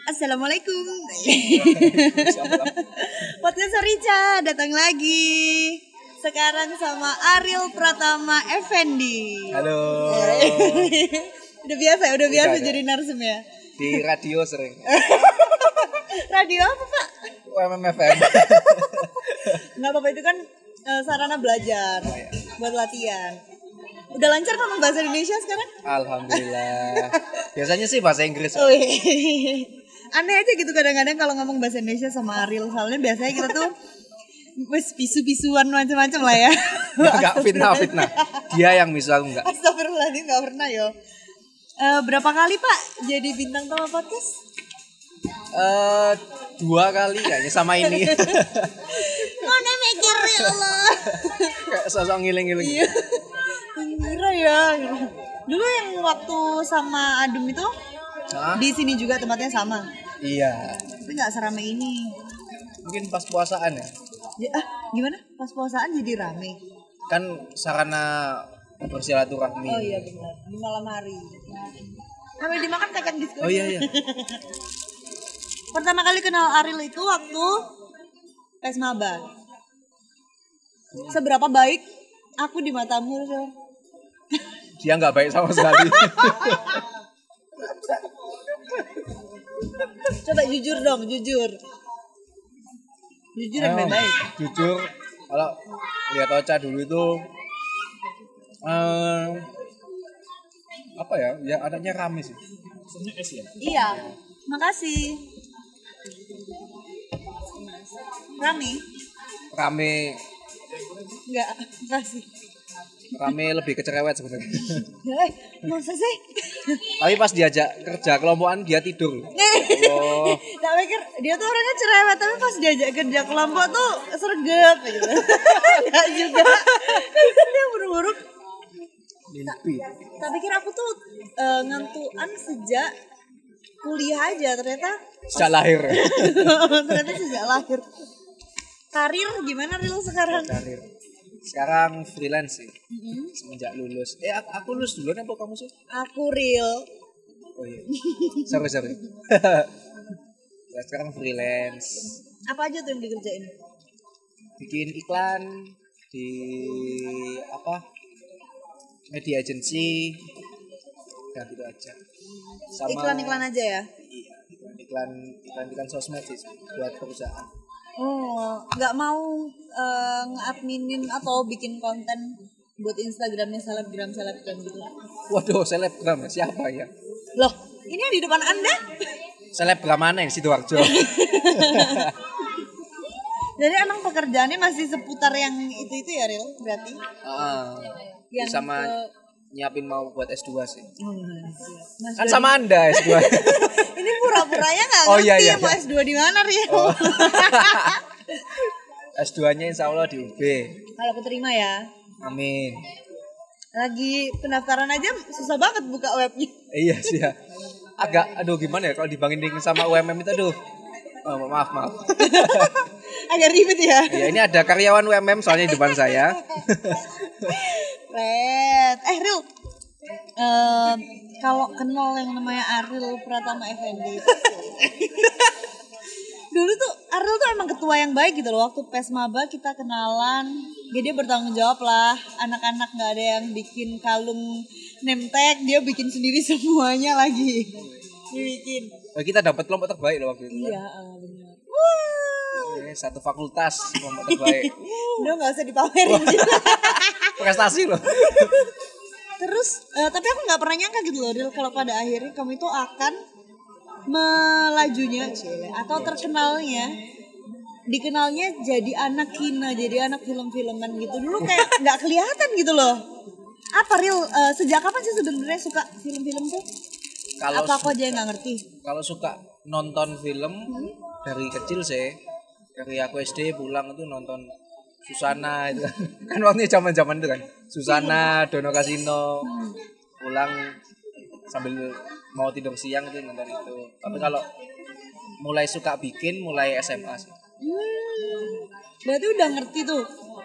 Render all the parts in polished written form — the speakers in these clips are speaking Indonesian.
Assalamualaikum. Podcast Rica datang lagi. Sekarang sama Ariel Pratama Effendi. Halo. Udah biasa jadi narsum ya. Di radio sering. Radio apa, Pak? UMMFM. Enggak apa-apa, itu kan sarana belajar buat latihan. Udah lancar ngomong bahasa Indonesia sekarang? Alhamdulillah. Biasanya sih bahasa Inggris. Oh, iya. Aneh aja gitu kadang-kadang kalau ngomong bahasa Indonesia sama Ariel. Soalnya biasanya kita tuh pisu-pisuan macam-macam lah ya. Enggak fitnah. Dia yang bisa, aku enggak. Astagfirullahaladzim, enggak pernah yo. Berapa kali Pak jadi bintang tamu podcast? 2 kali kayaknya sama ini. Mana mikir ya Allah. Kayak sosok ngiling-ngiling. Iya. Kira ya. Dulu yang waktu sama Adem itu di sini juga tempatnya sama. Iya. Tapi nggak seramai ini. Mungkin pas puasaan ya. Gimana? Pas puasaan jadi rame. Kan sarana bersilaturahmi. Oh iya benar. Di malam hari. Sampai dimakan kacang disco. Oh iya. Pertama kali kenal Ariel itu waktu tes maba. Seberapa baik aku di matamu? Dia nggak baik sama sekali. Coba jujur dong, jujur yang baik. Jujur, kalau lihat Ocha dulu itu apa ya? Ya anaknya rame sih. Iya, makasih. Rame? Enggak, makasih. Rame lebih kecerewet sebenarnya. Masa sih? Tapi pas diajak kerja kelompokan dia tidur. Oh. Tak pikir dia tuh orangnya cerewet, tapi pas diajak kerja kelompok tuh sergap gitu. Enggak juga. Dia buru-buru. Mimpi. Tak pikir aku tuh ngantuan sejak kuliah aja, ternyata Sejak lahir. ternyata sejak lahir. Karir gimana Ril sekarang? Karir. Sekarang freelance sih. Semenjak lulus. Aku lulus duluan apa kamu sih? Aku Ril. Oh iya. Sorry. Ya, sekarang freelance. Apa aja tuh yang dikerjain? Bikin iklan di media agency dan gitu aja. Sama Iklan-iklan aja ya? Iya, iklan sosmed sih buat perusahaan. Oh, nggak mau nge-adminin atau bikin konten buat Instagramnya selebgram gitu? Waduh, selebgram siapa ya? Loh, ini yang di depan Anda? Selebgram mana yang Sidoarjo? Jadi emang pekerjaannya masih seputar yang itu ya, Ril? Berarti? Yang sama nyiapin mau buat S2 sih. Kan Dodi. sama Anda S2. Ini pura-puranya nggak ngerti iya. mau S2 di mana, Ril? S2-nya insya Allah di UB. Kalau keterima ya. Amin. Lagi pendaftaran aja susah banget buka webnya. Iya sih ya. Aduh gimana ya kalau dibandingin sama UMM itu aduh. Oh, maaf. Agak ribet ya. Iya, ini ada karyawan UMM soalnya di depan saya. Red. Ril. Kalau kenal yang namanya Ariel Pratama Effendi. Dulu tuh Ariel tuh emang ketua yang baik gitu loh. Waktu PES Maba kita kenalan, dia bertanggung jawab lah. Anak-anak nggak ada yang bikin kalung name tag, dia bikin sendiri semuanya lagi. Dibikin. Kita dapat kelompok terbaik loh waktu itu. Iya, benar. Wow. Satu fakultas kelompok terbaik. Udah nggak usah dipamerin juga. Prestasi loh. Terus, tapi aku nggak pernah nyangka gitu loh, Ril, kalau pada akhirnya kamu itu akan melajunya atau dikenalnya jadi anak kina, jadi anak film-filman gitu. Dulu kayak nggak kelihatan gitu loh. Apa Ril, sejak kapan sih sebenarnya suka film-film tuh? Apa aku aja yang nggak ngerti? Kalau suka nonton film dari kecil sih, dari aku SD pulang itu nonton Susana itu kan waktu zaman itu kan Susana, Dono Kasino, pulang sambil mau tidur siang itu nonton itu. Tapi kalau mulai suka bikin mulai SMA sih. Berarti udah ngerti tuh.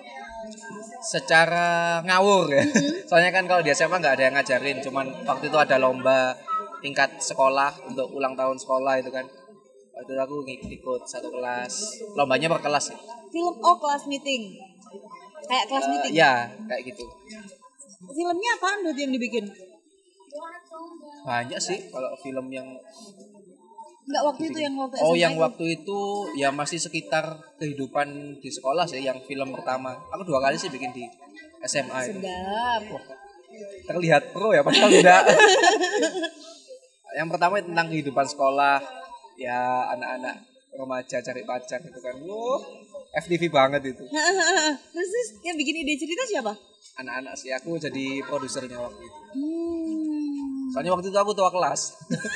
Secara ngawur ya. Soalnya kan kalau di SMA nggak ada yang ngajarin, cuman waktu itu ada lomba tingkat sekolah untuk ulang tahun sekolah itu kan. Waktu itu aku ikut satu kelas, lombanya per kelas ya. Film kelas meeting. Kayak kelas meeting. Ya, kayak gitu. Filmnya apaan berarti yang dibikin? Banyak sih kalau film yang Enggak waktu itu yang waktu oh SMA yang itu. waktu itu ya masih sekitar kehidupan di sekolah sih yang film pertama. Aku 2 kali sih bikin di SMA itu. Sedap. Wah, terlihat pro ya padahal enggak. Yang pertama tentang kehidupan sekolah, ya anak-anak remaja cari pacar gitu kan. Wah, FTV banget itu. Terus yang bikin ide cerita siapa? Anak-anak sih, aku jadi produsernya waktu itu. Hmm. Soalnya waktu itu aku tua kelas.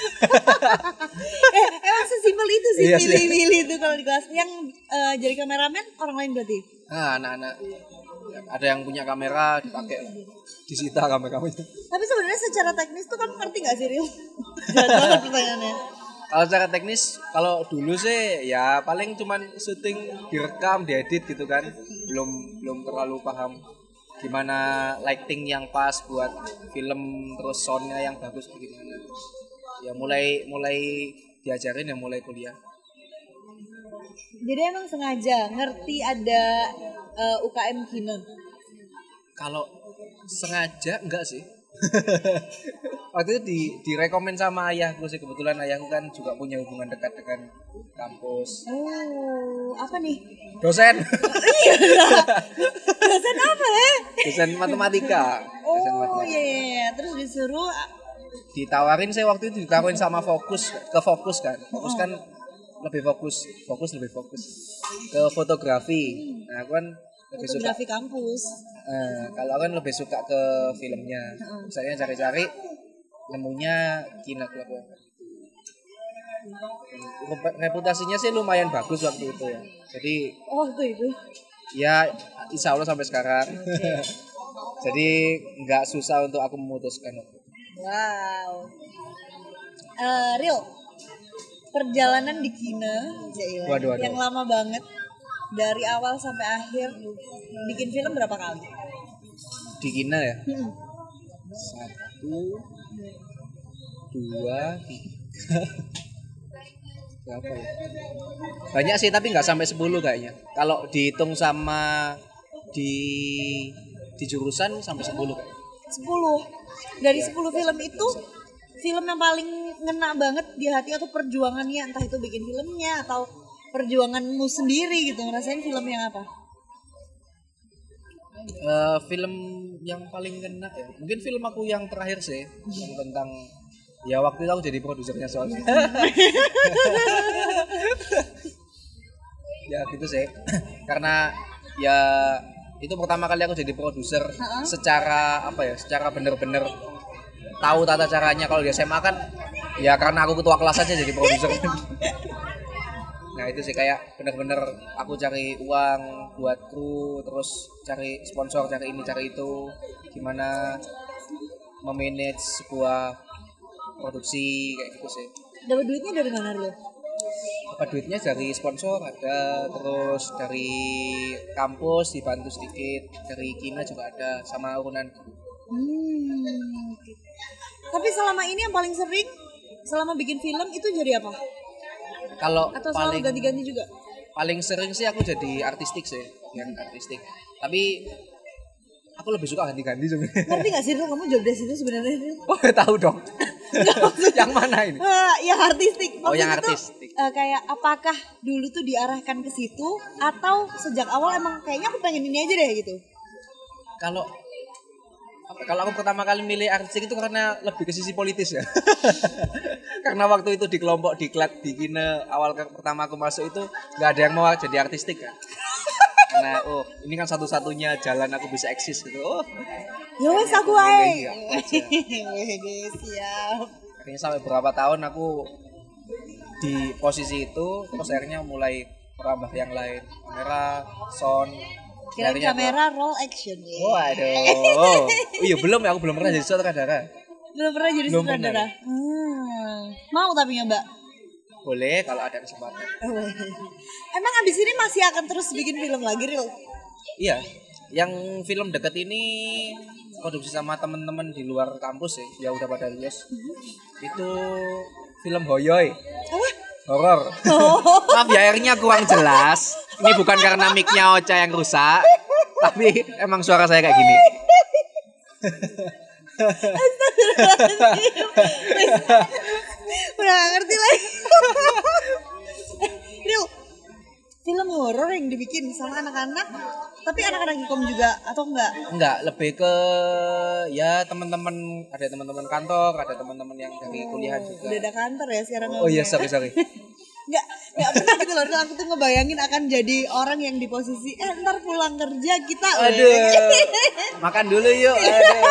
Emang sesimpel itu sih Iya sih. pilih-pilih itu kalau di kelas. Yang jadi kameramen orang lain berarti. Nah, anak-anak ada yang punya kamera dipakai, disita kameranya. Tapi sebenarnya secara teknis tuh kamu ngerti nggak sih Ril? Jahat banget pertanyaannya. Kalau secara teknis, kalau dulu sih ya paling cuman syuting, direkam, diedit gitu kan. Belum terlalu paham gimana lighting yang pas buat film, terus soundnya yang bagus bagaimana. Ya mulai diajarin ya mulai kuliah. Jadi emang sengaja ngerti ada UKM Kino. Kalau sengaja enggak sih. Waktu itu direkomend sama ayahku sih, kebetulan ayahku kan juga punya hubungan dekat dengan kampus. Oh, apa nih? Dosen. Iya. Dosen apa ya? Dosen matematika. Dosen Oh matematika. iya. Terus disuruh Ditawarin saya waktu itu ditawarin sama Fokus kan. Fokus kan lebih fokus ke fotografi. Nah, aku kan lebih suka fotografi kampus. kalau aku kan lebih suka ke filmnya. Misalnya cari-cari nemunya Kina Club. Reputasinya sih lumayan bagus waktu itu ya. Jadi Waktu itu. ya insya Allah sampai sekarang. Oke. Jadi nggak susah untuk aku memutuskan. Wow. Real perjalanan di Kina Waduh. yang lama banget dari awal sampai akhir bikin film berapa kali? Di Kina ya. Hmm. 1, 2, 3. Berapa ya? Banyak sih tapi nggak sampai 10 kayaknya. Kalau dihitung sama di jurusan sampai 10 kayaknya. 10. Dari 10 film itu film yang paling ngena banget di hati atau perjuangannya, entah itu bikin filmnya atau perjuanganmu sendiri gitu, ngerasain film yang apa? Film yang paling kena ya mungkin film aku yang terakhir sih yang tentang ya waktu itu aku jadi produsernya soalnya. Ya gitu sih. Karena ya itu pertama kali aku jadi produser secara apa ya, secara bener-bener tahu tata caranya. Kalau di SMA kan ya karena aku ketua kelas aja jadi produser. Nah itu sih kayak bener-bener aku cari uang buat kru, terus cari sponsor, cari ini cari itu, gimana memanage sebuah produksi kayak gitu sih. Dapat duitnya dari mana lo? Apa duitnya dari sponsor ada, terus dari kampus dibantu sedikit, dari Kina juga ada, sama urunan. Tapi selama ini yang paling sering selama bikin film itu jadi apa? Kalau Atau selalu ganti-ganti juga? paling sering sih aku jadi artistik sih, yang artistik. Tapi aku lebih suka ganti-ganti sebenarnya. Ngerti gak sih Ril, kamu jobdesk itu sebenarnya Ril? Oh tahu dong. Yang mana ini? Yang artistik. Oh, yang Maksudnya tuh, artistik. kayak apakah dulu tuh diarahkan ke situ atau sejak awal emang kayaknya aku pengen ini aja deh gitu? Kalau aku pertama kali milih artistik itu karena lebih ke sisi politis ya. Karena waktu itu di kelompok diklat di Kina awal pertama aku masuk itu nggak ada yang mau jadi artistik kan. Karena ini kan satu-satunya jalan aku bisa eksis gitu. Ya wes aku aja. Siap. Akhirnya sampai berapa tahun aku di posisi itu, terus akhirnya mulai merambah yang lain, kamera, sound. Kirain kamera roll action ya. Waduh. Iya belum ya, aku belum pernah jadi sutradara. Belum pernah jadi Belum sutradara. Mau tapi nyoba. Boleh kalau ada kesempatan. Emang abis ini masih akan terus bikin film lagi Ril? Iya, yang film deket ini produksi sama teman-teman di luar kampus ya udah pada lulus. Itu film Hoyoy. Apa? horor. Maaf ya airnya kurang jelas. Ini bukan karena mic-nya Ocha yang rusak, tapi emang suara saya kayak gini. Udah gak ngerti lagi. Ril, film horor yang dibikin sama anak-anak, tapi anak-anak Ikom juga atau enggak? Enggak, lebih ke ya teman-teman, ada teman-teman kantor, ada teman-teman yang dari kuliah juga. Udah ada kantor ya sekarang. Oh iya, sorry. Enggak pernah gitu loh. Aku tuh ngebayangin akan jadi orang yang di posisi ntar pulang kerja kita. Aduh. Makan dulu yuk. Aduh.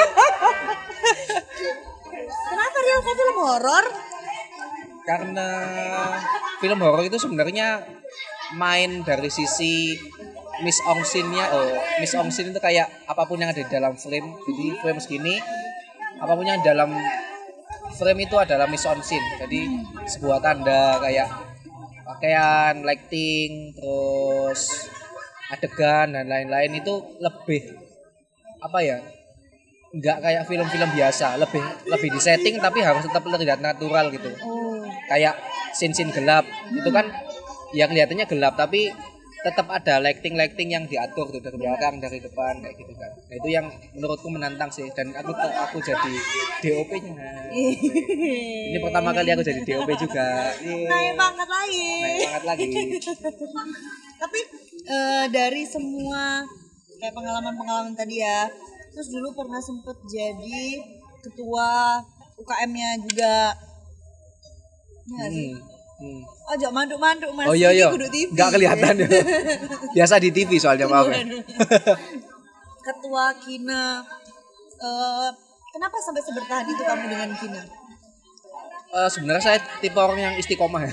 Kenapa Ril kok film horor? Karena film horor itu sebenarnya main dari sisi Miss Ongsin-nya. Miss Ongsin itu kayak apapun yang ada di dalam frame. Jadi frame segini, apapun yang dalam frame itu adalah Miss Ongsin. Jadi sebuah tanda kayak pakaian, lighting, terus adegan dan lain-lain itu lebih apa ya? Enggak kayak film-film biasa, lebih disetting tapi harus tetap terlihat natural gitu. Kayak scene-scene gelap itu kan ya kelihatannya gelap tapi tetap ada lighting yang diatur tuh dari belakang, dari depan kayak gitu kan. Nah, itu yang menurutku menantang sih dan aku jadi DOP-nya. Ini pertama kali aku jadi DOP juga. Naik banget lagi. Tapi dari semua kayak pengalaman tadi ya, terus dulu pernah sempet jadi ketua UKM-nya juga. Ya sih. Oh, jok manduk Mas. Oh iya. Enggak kelihatan ya. Biasa di TV soalnya maaf ya. Ketua Kina. Kenapa sampai sebertahan itu kamu dengan Kina? Sebenarnya saya tipe orang yang istiqomah.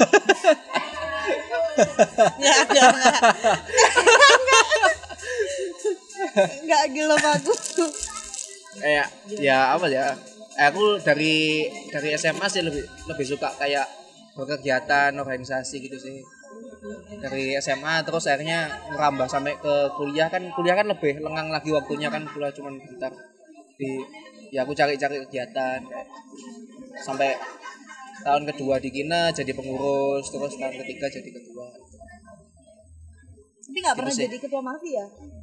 Enggak gila bagus. Kayak ya apa ya? Aku dari SMA sih lebih suka kayak berkegiatan organisasi gitu sih. Dari SMA terus akhirnya merambah sampai ke kuliah kan lebih lengang lagi waktunya kan kuliah cuma bentar. Ya aku cari-cari kegiatan sampai tahun kedua di Kina jadi pengurus, terus tahun ketiga jadi ketua. Tapi nggak pernah gitu jadi ketua mafia?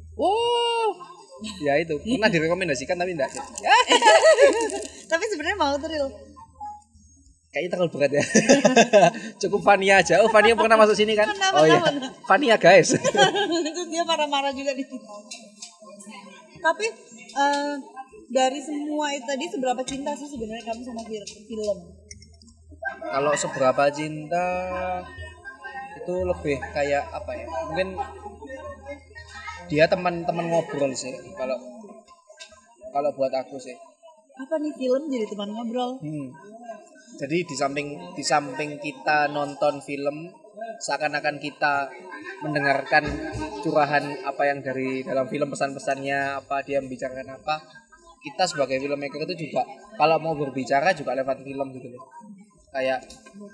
Ya itu pernah direkomendasikan tapi enggak. Tapi sebenarnya mau tuh Ril. Kayaknya terlalu berat ya. Cukup Fania aja. Oh Fania pernah masuk sini kan? Iya. Fania guys. Terus dia marah-marah juga di sini. Tapi dari semua itu tadi seberapa cinta sih sebenarnya kamu sama film? Kalau seberapa cinta itu lebih kayak apa ya? Mungkin dia teman-teman ngobrol sih. Kalau buat aku sih. Apa nih film jadi teman ngobrol? Jadi di samping kita nonton film, seakan-akan kita mendengarkan curahan apa yang dari dalam film, pesan-pesannya apa, dia membicarakan apa. Kita sebagai filmmaker itu juga kalau mau berbicara juga lewat film gitu loh. Kayak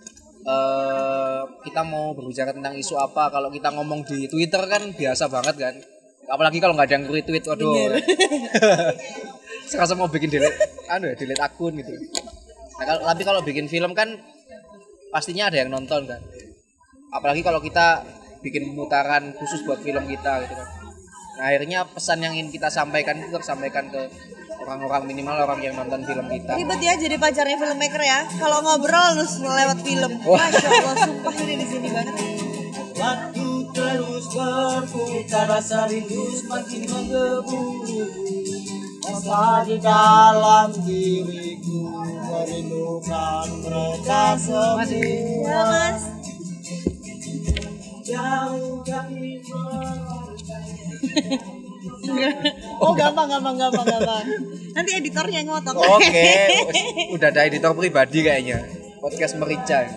kita mau berbicara tentang isu apa, kalau kita ngomong di Twitter kan biasa banget kan. Apalagi kalau nggak ada yang retweet, waduh. Serasa mau bikin delete akun gitu. Nah, tapi kalau bikin film kan pastinya ada yang nonton kan. Apalagi kalau kita bikin pemutaran khusus buat film kita gitu kan. Nah, akhirnya pesan yang ingin kita sampaikan itu tersampaikan ke orang-orang, minimal orang yang nonton film kita. Ribet ya jadi pacarnya filmmaker ya. Kalau ngobrol harus lewat film. Masya Allah, sumpah ini di sini banget. Waktu terus berputar, rasa rindu semakin menggebu. Rasa di dalam diriku merindukan mereka semua. Ya Mas. Jauh kami Oh gampang. Nanti editornya yang ngotot. Oke, udah ada editor pribadi kayaknya. Podcast Merica.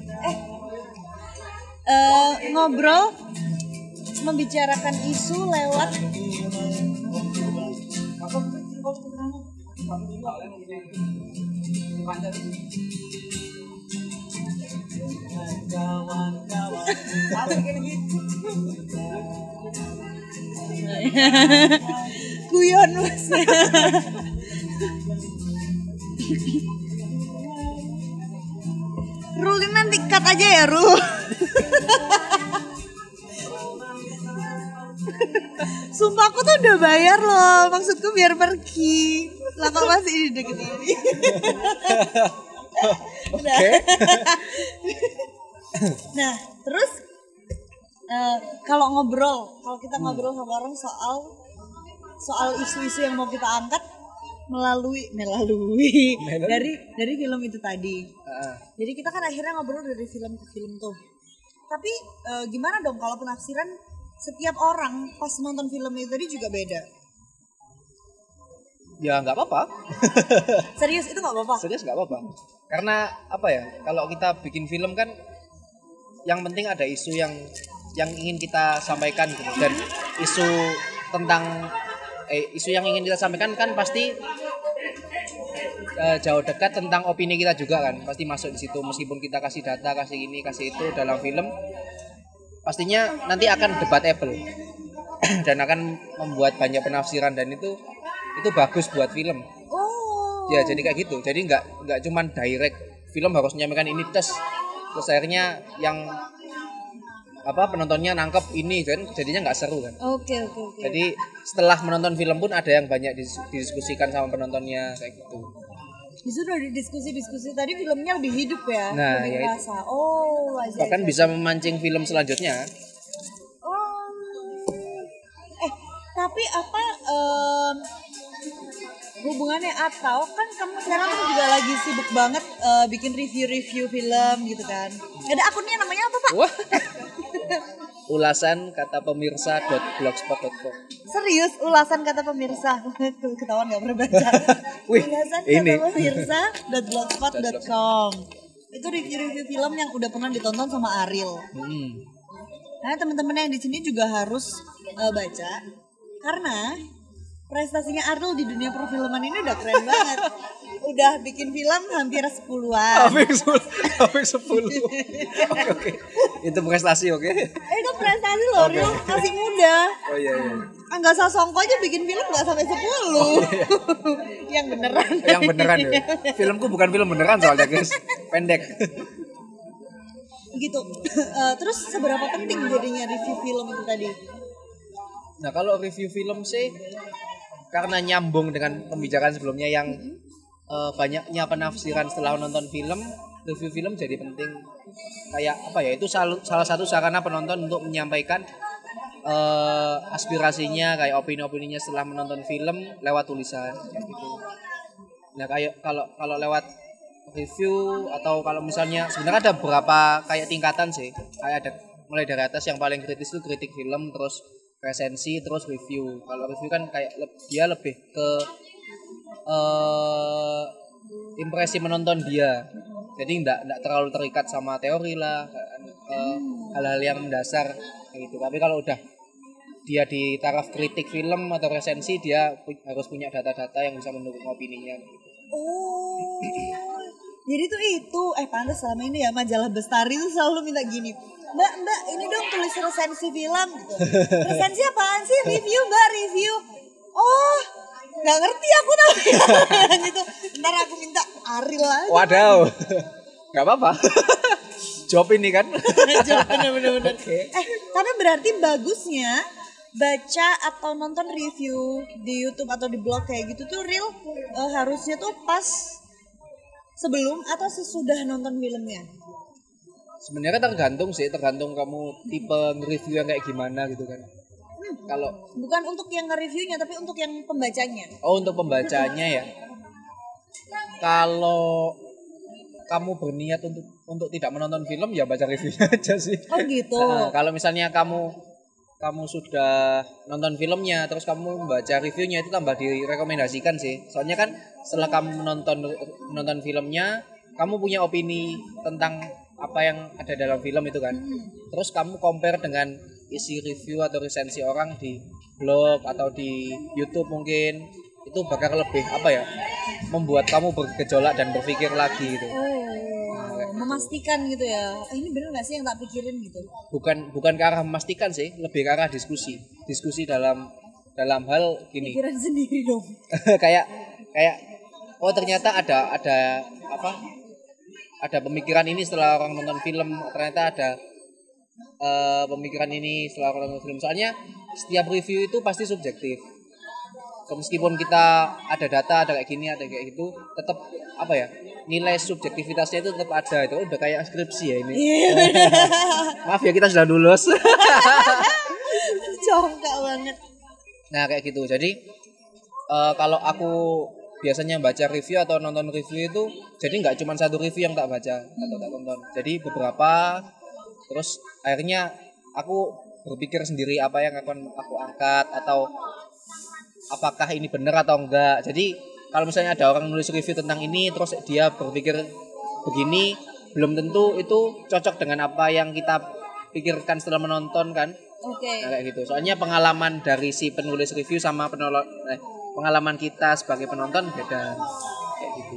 Ngobrol membicarakan isu lewat guyon Mas. Rul ini nanti cut aja ya Rul. Sumpah aku tuh udah bayar loh, maksudku biar pergi. Lah kok masih deket ini. Oke. Nah, terus kalau kita ngobrol sama orang soal isu-isu yang mau kita angkat melalui dari film itu tadi. Jadi kita kan akhirnya ngobrol dari film ke film tuh. Tapi gimana dong kalau penafsiran setiap orang pas nonton film itu tadi juga beda? Ya nggak apa-apa. Serius itu nggak apa-apa? Serius nggak apa-apa. Karena apa ya? Kalau kita bikin film kan, yang penting ada isu yang ingin kita sampaikan gitu. Dan isu yang ingin kita sampaikan kan pasti jauh dekat tentang opini kita juga kan. Pasti masuk di situ meskipun kita kasih data, kasih ini, kasih itu dalam film. Pastinya nanti akan debatable dan akan membuat banyak penafsiran dan itu bagus buat film. Oh. Ya jadi kayak gitu. Jadi nggak cuman direct film harus menyampaikan ini terus akhirnya yang penontonnya nangkep ini kan jadinya nggak seru kan. Oke. Jadi setelah menonton film pun ada yang banyak didiskusikan sama penontonnya kayak gitu. Justru dari diskusi tadi filmnya lebih hidup ya, Nah, lebih ya terasa. Oh, aja. Bahkan bisa memancing film selanjutnya. Oh. Tapi apa hubungannya atau kan kamu sekarang kan juga lagi sibuk banget bikin review film gitu kan. Ada akunnya namanya apa, Pak? Wah. Ulasan kata pemirsa.blogspot.com. Serius, ulasan kata pemirsa. Ketahuan gak pernah baca. Wih, Ulasan ini. kata pemirsa.blogspot.com. Itu review film yang udah pernah ditonton sama Ariel. Nah, teman-teman yang di sini juga harus baca karena prestasinya Ariel di dunia perfilman ini udah keren banget. Udah bikin film hampir 10-an. Hampir 10. Oke. Itu prestasi, oke. Itu prestasi loh, Ariel masih muda. Oh iya. Enggak usah songko aja bikin film enggak sampai 10. Iya. Yang beneran. Yang beneran ya. Filmku bukan film beneran soalnya, guys. Pendek. Gitu. Terus seberapa penting jadinya review film itu tadi? Nah, kalau review film sih karena nyambung dengan pembicaraan sebelumnya yang banyaknya penafsiran setelah menonton film, review film jadi penting. Kayak apa ya? Itu salah satu sarana penonton untuk menyampaikan aspirasinya, kayak opini-opininya setelah menonton film lewat tulisan kayak gitu. Nah, kayak kalau lewat review atau kalau misalnya sebenarnya ada beberapa kayak tingkatan sih. Kayak ada mulai dari atas yang paling kritis itu kritik film, terus resensi, terus review. Kalau review kan kayak dia lebih ke impresi menonton dia. Jadi enggak terlalu terikat sama teori lah, hal-hal yang mendasar kayak gitu. Tapi kalau udah dia di taraf kritik film atau resensi, dia harus punya data-data yang bisa mendukung opininya gitu. Oh. Jadi tuh itu pantas selama ini ya majalah Bestari tuh selalu minta gini. Mbak, ini dong tulis resensi film gitu. Resensi apaan sih? Review, Mbak, review. Oh, nggak ngerti aku tapi gitu. Ntar aku minta Ariel aja. Waduh, nggak apa-apa. Job ini kan. Bener-bener. Okay. Tapi berarti bagusnya baca atau nonton review di YouTube atau di blog kayak gitu tuh real harusnya tuh pas sebelum atau sesudah nonton filmnya. Sebenarnya tergantung kamu tipe review yang kayak gimana gitu kan. Kalau bukan untuk yang nge-reviewnya tapi untuk yang pembacanya. Oh, untuk pembacanya ya. Kalau kamu berniat untuk tidak menonton film ya baca reviewnya aja sih. Oh gitu. Nah, kalau misalnya kamu sudah nonton filmnya terus kamu membaca reviewnya itu tambah direkomendasikan sih. Soalnya kan setelah kamu menonton filmnya, kamu punya opini tentang apa yang ada dalam film itu kan. Terus kamu compare dengan isi review atau resensi orang di blog atau di YouTube mungkin, itu bakal lebih membuat kamu bergejolak dan berpikir lagi gitu. Memastikan gitu ya. Ini benar nggak sih yang tak pikirin gitu? Bukan ke arah memastikan sih, lebih ke arah diskusi dalam hal gini. Pikiran sendiri dong. kayak oh ternyata ada ada pemikiran ini setelah orang nonton film, ternyata ada pemikiran ini setelah orang nonton film. Soalnya setiap review itu pasti subjektif. Meskipun kita ada data, ada kayak gini, ada kayak gitu, tetap apa ya, nilai subjektivitasnya itu tetap ada. Itu udah kayak skripsi ya ini. Maaf ya, kita sudah lulus. Congkak banget. Nah kayak gitu. Jadi kalau aku biasanya baca review atau nonton review itu, jadi nggak cuma satu review yang tak baca atau tak tonton. Jadi beberapa. Terus akhirnya aku berpikir sendiri apa yang akan aku angkat atau apakah ini benar atau enggak. Jadi kalau misalnya ada orang nulis review tentang ini terus dia berpikir begini, belum tentu itu cocok dengan apa yang kita pikirkan setelah menonton kan. Oke. Nah, kayak gitu. Soalnya pengalaman dari si penulis review sama pengalaman kita sebagai penonton beda. Kayak gitu.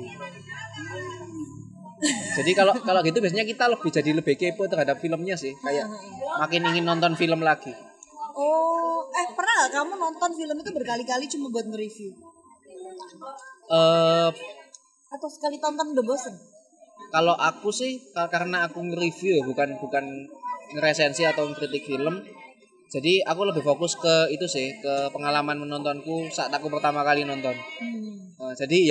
Jadi kalau gitu biasanya kita lebih kepo terhadap filmnya sih, kayak makin ingin nonton film lagi. Oh, pernah gak kamu nonton film itu berkali-kali cuma buat nge-review? Atau sekali tonton udah bosen? Kalau aku sih karena aku nge-review bukan ngeresensi atau ngkritik film. Jadi aku lebih fokus ke itu sih, ke pengalaman menontonku saat aku pertama kali nonton. Jadi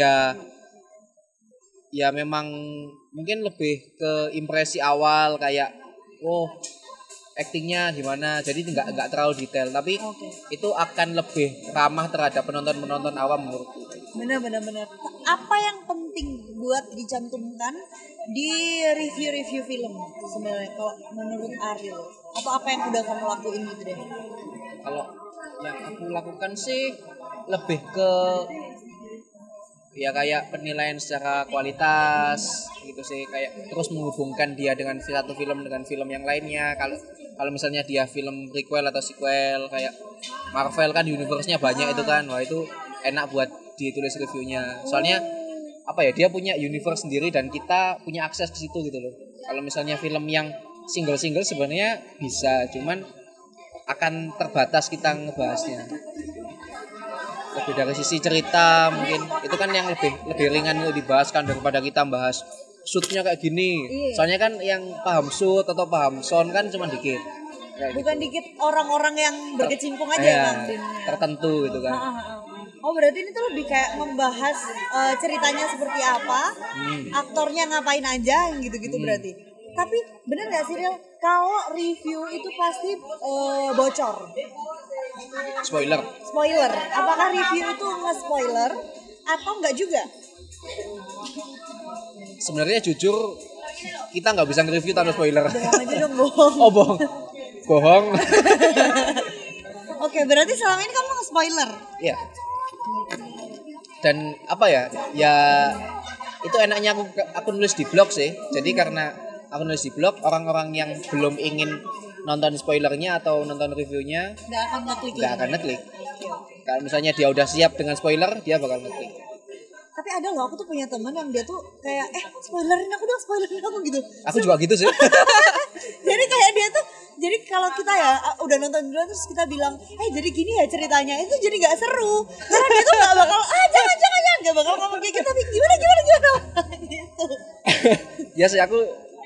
ya memang mungkin lebih ke impresi awal kayak actingnya gimana, jadi nggak terlalu detail, tapi itu akan lebih ramah terhadap penonton awam menurutku. Benar. Apa yang penting buat dicantumkan di review film sebenarnya kalau menurut Ariel? Atau apa yang udah kamu lakuin gitu deh? Kalau yang aku lakukan sih lebih ke ya kayak penilaian secara kualitas gitu sih, kayak terus menghubungkan dia dengan satu film dengan film yang lainnya. Kalau misalnya dia film prequel atau sequel kayak Marvel kan universe-nya banyak itu kan, wah itu enak buat ditulis reviewnya. Soalnya apa ya, dia punya universe sendiri dan kita punya akses ke situ gitu loh. Kalau misalnya film yang single sebenarnya bisa, cuman akan terbatas kita ngebahasnya. Lebih dari sisi cerita mungkin itu kan yang lebih ringan untuk dibahas kan daripada kita bahas shootnya kayak gini. Soalnya kan yang paham shoot atau paham sound kan cuma dikit. Bukan gitu. dikit orang-orang yang berkecimpung aja yang tertentu gitu kan. Oh berarti ini tuh lebih kayak membahas ceritanya seperti apa, aktornya ngapain aja gitu-gitu berarti. Tapi bener nggak sih Ril, kalau review itu pasti bocor? Spoiler. Apakah review itu nge-spoiler atau enggak juga? Sebenarnya jujur kita nggak bisa nge-review tanpa spoiler. Bohong aja dong, bohong. Oh bohong. Oke, berarti selama ini kamu nge-spoiler? Iya. Dan apa ya? Ya itu enaknya aku nulis di blog sih. Jadi karena aku nulis di blog, orang-orang yang belum ingin nonton spoilernya atau nonton reviewnya nggak akan ngeklik. Kalau misalnya dia udah siap dengan spoiler, dia bakal ngeklik. Tapi ada loh, aku tuh punya teman yang dia tuh kayak spoilerin aku gitu. Aku juga gitu sih. Jadi kayak dia tuh, jadi kalau kita ya udah nonton dulu terus kita bilang jadi gini ya ceritanya, itu jadi nggak seru karena dia tuh nggak bakal jangan nggak bakal ngomong kayak gitu, tapi gimana gitu. Ya sih, aku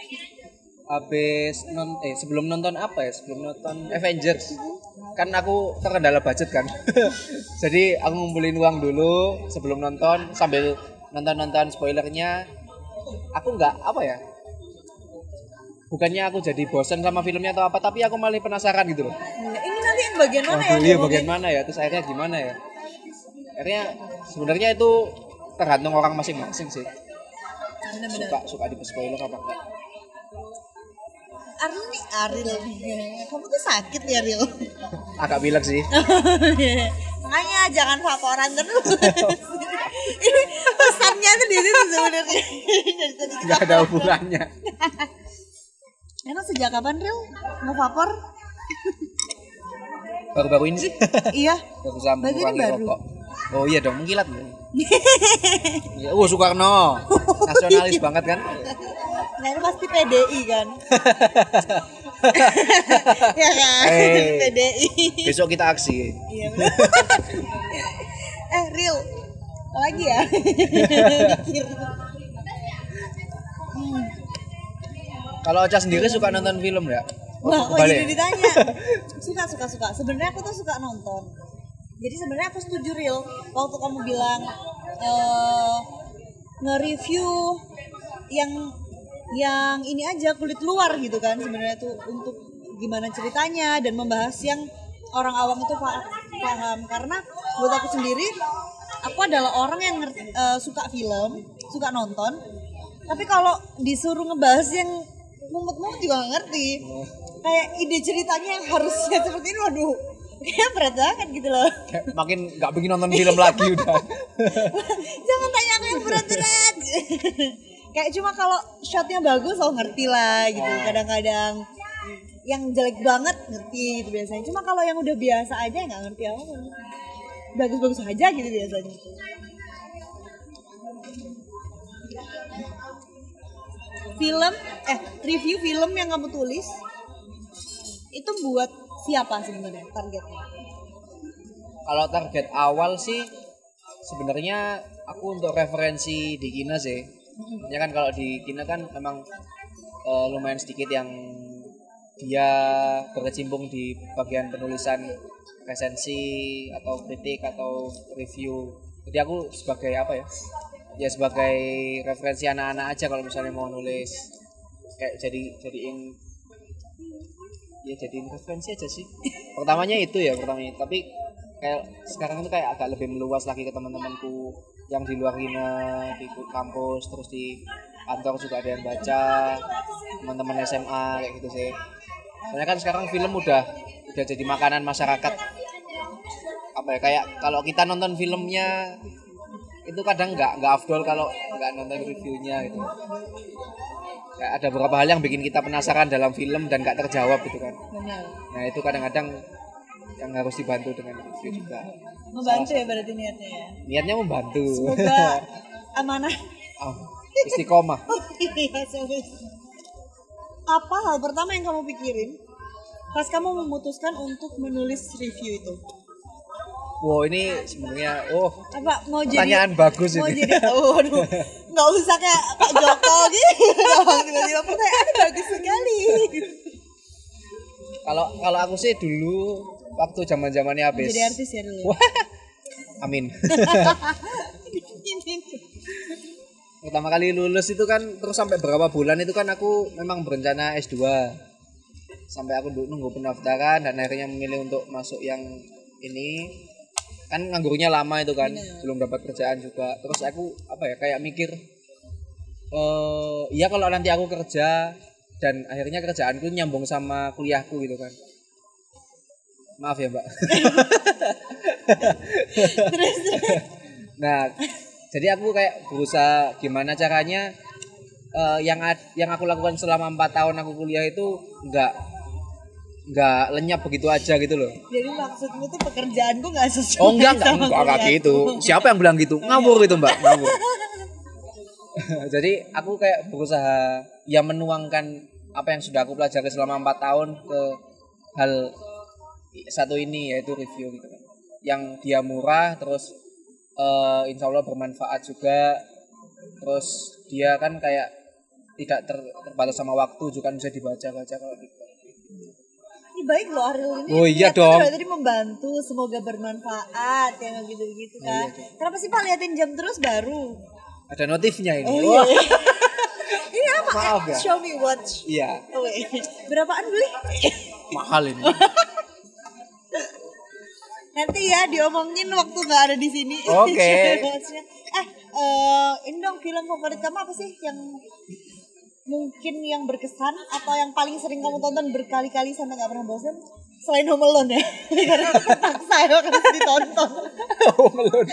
habis sebelum nonton Avengers kan aku terkendala budget kan. Jadi aku ngumpulin uang dulu sebelum nonton, sambil nonton spoilernya aku nggak bukannya aku jadi bosan sama filmnya atau apa, tapi aku malah penasaran gitu loh. Ini nanti yang bagian mana ya? Iya, bagian mana ya, terus akhirnya gimana ya. Akhirnya sebenarnya itu tergantung orang masing-masing sih. Suka di spoiler apa enggak. Ariel, kamu tuh sakit ya Ariel? Agak bilek sih. Makanya jangan vaporan terus. Ini pesannya tuh di situ sebenarnya. Gak ada hubungannya. Emang sejak kapan Ril ngevapor? Baru-baru ini sih. Iya. Baru sama mengurangi rokok. Oh iya dong, mengkilat. Soekarno. Nasionalis banget kan? Nah ini pasti PDI kan. Ya kan, PDI. Besok kita aksi. Iya benar. Ril, apa lagi ya? Mikir. Kalau Ocha sendiri suka nonton film ya? Wah, kok Kebalik. jadi ditanya. Suka. Sebenarnya aku tuh suka nonton. Jadi sebenarnya aku setuju Real waktu kamu bilang nge-review yang ini aja kulit luar gitu kan sebenarnya tuh untuk gimana ceritanya dan membahas yang orang awam itu paham karena buat aku sendiri aku adalah orang yang suka film, suka nonton. Tapi kalau disuruh ngebahas yang mumet-mumet juga gak ngerti. Kayak ide ceritanya yang harusnya seperti ini, waduh, kayak berat banget gitu loh. Kayak makin nggak bikin nonton film lagi udah. Jangan tanya aku yang berat-berat. Kayak cuma kalau shotnya bagus, oh ngerti lah gitu. Kadang-kadang yang jelek banget ngerti gitu biasanya. Cuma kalau yang udah biasa aja nggak ngerti apa. Bagus-bagus aja gitu biasanya. Review film yang kamu tulis itu buat siapa sebenarnya targetnya? Kalau target awal sih sebenarnya aku untuk referensi di Kina sih. Ya kan kalau di Kina kan memang lumayan sedikit yang dia berkecimpung di bagian penulisan resensi atau kritik atau review. Jadi aku sebagai apa ya? Ya sebagai referensi anak-anak aja kalau misalnya mau nulis kayak jadiin referensi aja sih. Pertamanya tapi kayak sekarang itu kayak agak lebih meluas lagi ke teman-temanku yang di luar Kina, di kampus, terus di kantor juga ada yang baca, teman-teman SMA kayak gitu sih. Soalnya kan sekarang film udah jadi makanan masyarakat. Apa ya, kayak kalau kita nonton filmnya itu kadang nggak afdol kalau nggak nonton reviewnya gitu. Kayak ada beberapa hal yang bikin kita penasaran dalam film dan nggak terjawab gitu kan. Benar. Nah itu kadang-kadang yang harus dibantu dengan review juga. Membantu ya berarti niatnya ya. Niatnya membantu. Semoga amanah. Istiqomah. Apa hal pertama yang kamu pikirin pas kamu memutuskan untuk menulis review itu? Wow ini sebenarnya apa mau pertanyaan jadi bagus mau ini. jadi waduh nggak usah kayak Pak Joko gitu tiba-tiba pertanyaan bagus sekali. Kalau aku sih dulu waktu zaman-zamannya habis Jadi artis ya dulu. Amin. Pertama kali lulus itu kan terus sampai berapa bulan itu kan aku memang berencana S2. Sampai aku nunggu pendaftaran dan akhirnya memilih untuk masuk yang ini. Kan nganggurnya lama itu kan, belum dapat kerjaan juga. Terus aku apa ya kayak mikir iya kalau nanti aku kerja dan akhirnya kerjaanku nyambung sama kuliahku gitu kan. Maaf ya, Mbak. Nah, jadi aku kayak berusaha gimana caranya yang aku lakukan selama 4 tahun aku kuliah itu nggak lenyap begitu aja gitu loh. Jadi maksudmu tuh pekerjaanku nggak sesuai Oh enggak kuliahku. gitu. Siapa yang bilang gitu? Ngawur itu Mbak, ngawur. Jadi aku kayak berusaha ya menuangkan apa yang sudah aku pelajari selama 4 tahun ke hal satu ini yaitu review gitu kan. Yang dia murah terus insya Allah bermanfaat juga. Terus dia kan kayak tidak terbatas sama waktu juga bisa dibaca-baca kalau gitu. Ini baik loh Ariel ini. Oh iya niatnya dong. dari tadi membantu, semoga bermanfaat kayak gitu-gitu kan. Iya. Kenapa sih Pak liatin jam terus baru? Ada notifnya ini. Oh Wah, iya. Ini apa? Maaf ya. Show me watch. iya, Oh wait. Berapaan beli? mahal ini. Nanti ya diomongin waktu nggak ada di sini. Oke. Ini dong film favorit kamu apa sih yang mungkin yang berkesan atau yang paling sering kamu tonton berkali-kali sampai nggak pernah bosan? Selain Home Alone ya, karena terpaksa ya harus ditonton. Home Alone.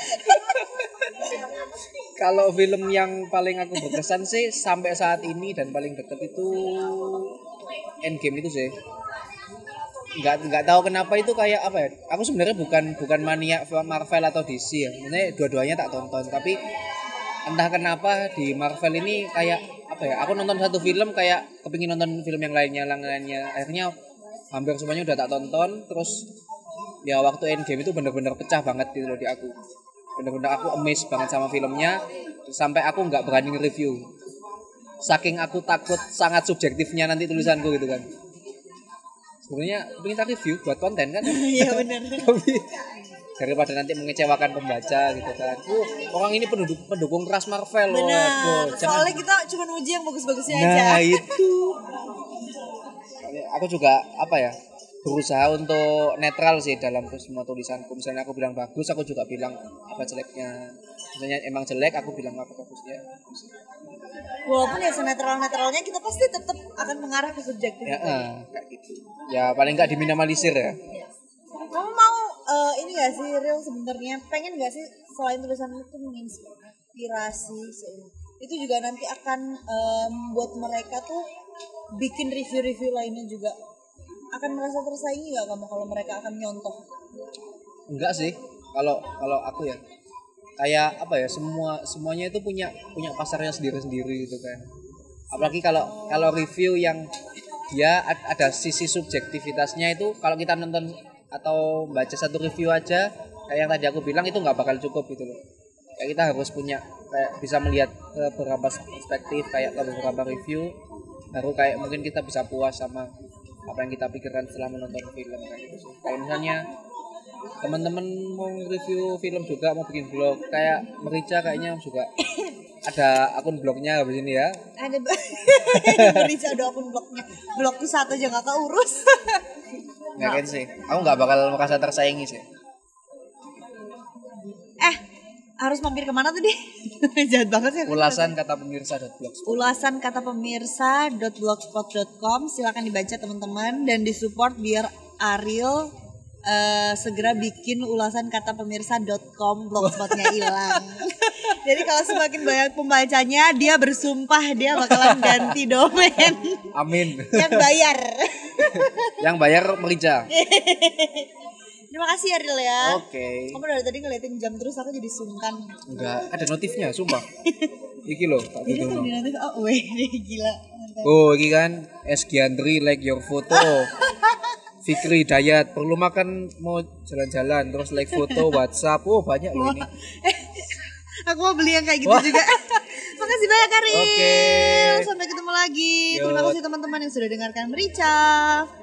Kalau film yang paling aku berkesan sih sampai saat ini dan paling dekat itu Endgame itu sih. Nggak tahu kenapa itu kayak apa ya. Aku sebenarnya bukan mania Marvel atau DC ya. Maksudnya dua-duanya tak tonton, tapi entah kenapa di Marvel ini kayak apa ya. Aku nonton satu film kayak kepingin nonton film yang lainnya. Akhirnya hampir semuanya udah tak tonton. Terus ya waktu Endgame itu benar-benar pecah banget gitu loh di aku. Benar-benar aku amazed banget sama filmnya sampai aku nggak berani nge-review. saking aku takut sangat subjektifnya nanti tulisanku gitu kan. Sebenarnya pengen tak review buat konten kan. Iya benar. Tapi daripada nanti mengecewakan pembaca gitu kan. Orang ini pendukung keras Marvel. Benar. Waduh, jangan. Soalnya kita cuma uji yang bagus-bagusnya Nah, aja. itu. Aku juga apa ya? Berusaha untuk netral sih dalam semua tulisanku. Misalnya aku bilang bagus, aku juga bilang apa jeleknya. Misalnya emang jelek, aku bilang apa bagusnya. Walaupun ya senetral-netralnya kita pasti tetap akan mengarah ke subjektif. Ya, kayak gitu. Ya paling nggak diminimalisir ya. Kamu mau ini gak sih real sebenarnya pengen gak sih selain tulisan itu menginspirasi itu juga nanti akan membuat mereka tuh bikin review-review lainnya juga akan merasa tersaingi gak kamu kalau mereka akan nyontoh? Enggak sih. Kalau aku ya kayak apa ya semuanya itu punya pasarnya sendiri-sendiri gitu kan. Apalagi kalau review yang dia ada sisi subjektivitasnya itu kalau kita nonton atau baca satu review aja kayak yang tadi aku bilang itu nggak bakal cukup gitu loh. Kayak kita harus punya kayak bisa melihat beberapa perspektif kayak ke beberapa review baru kayak mungkin kita bisa puas sama apa yang kita pikirkan setelah menonton film kayak gitu sih. Kalau misalnya teman-teman mau review film juga mau bikin blog kayak Merica kayaknya juga ada akun blognya habis ini ya. Ada Merica ada akun blognya. Blogku satu aja nggak keurus. Nggak kan sih. Aku nggak bakal merasa tersaingi sih. Harus mampir kemana tadi? Jahat banget sih. Ulasan kata pemirsa.blogspot. Ulasan kata pemirsa.blogspot.com silakan dibaca teman-teman dan disupport biar Ariel segera bikin ulasan kata pemirsa.com blogspotnya hilang. Jadi kalau semakin banyak pembacanya dia bersumpah dia bakalan ganti domain. Amin. Yang bayar. Yang bayar Merica. Terima kasih Ariel ya. Oke. Kamu dari tadi ngeliatin jam terus aku jadi sungkan. Enggak, ada notifnya, sumpah. Iki loh, tak Ini gitu. kan di notif, oh weh gila. Oh, iki kan Esgiandri like your photo. Fikri Dayat perlu makan mau jalan-jalan terus like foto WhatsApp. Oh, banyak loh ini. Aku mau beli yang kayak gitu juga. Makasih banyak Ariel. Oke. Sampai ketemu lagi. Yo. Terima kasih teman-teman yang sudah dengarkan Merica.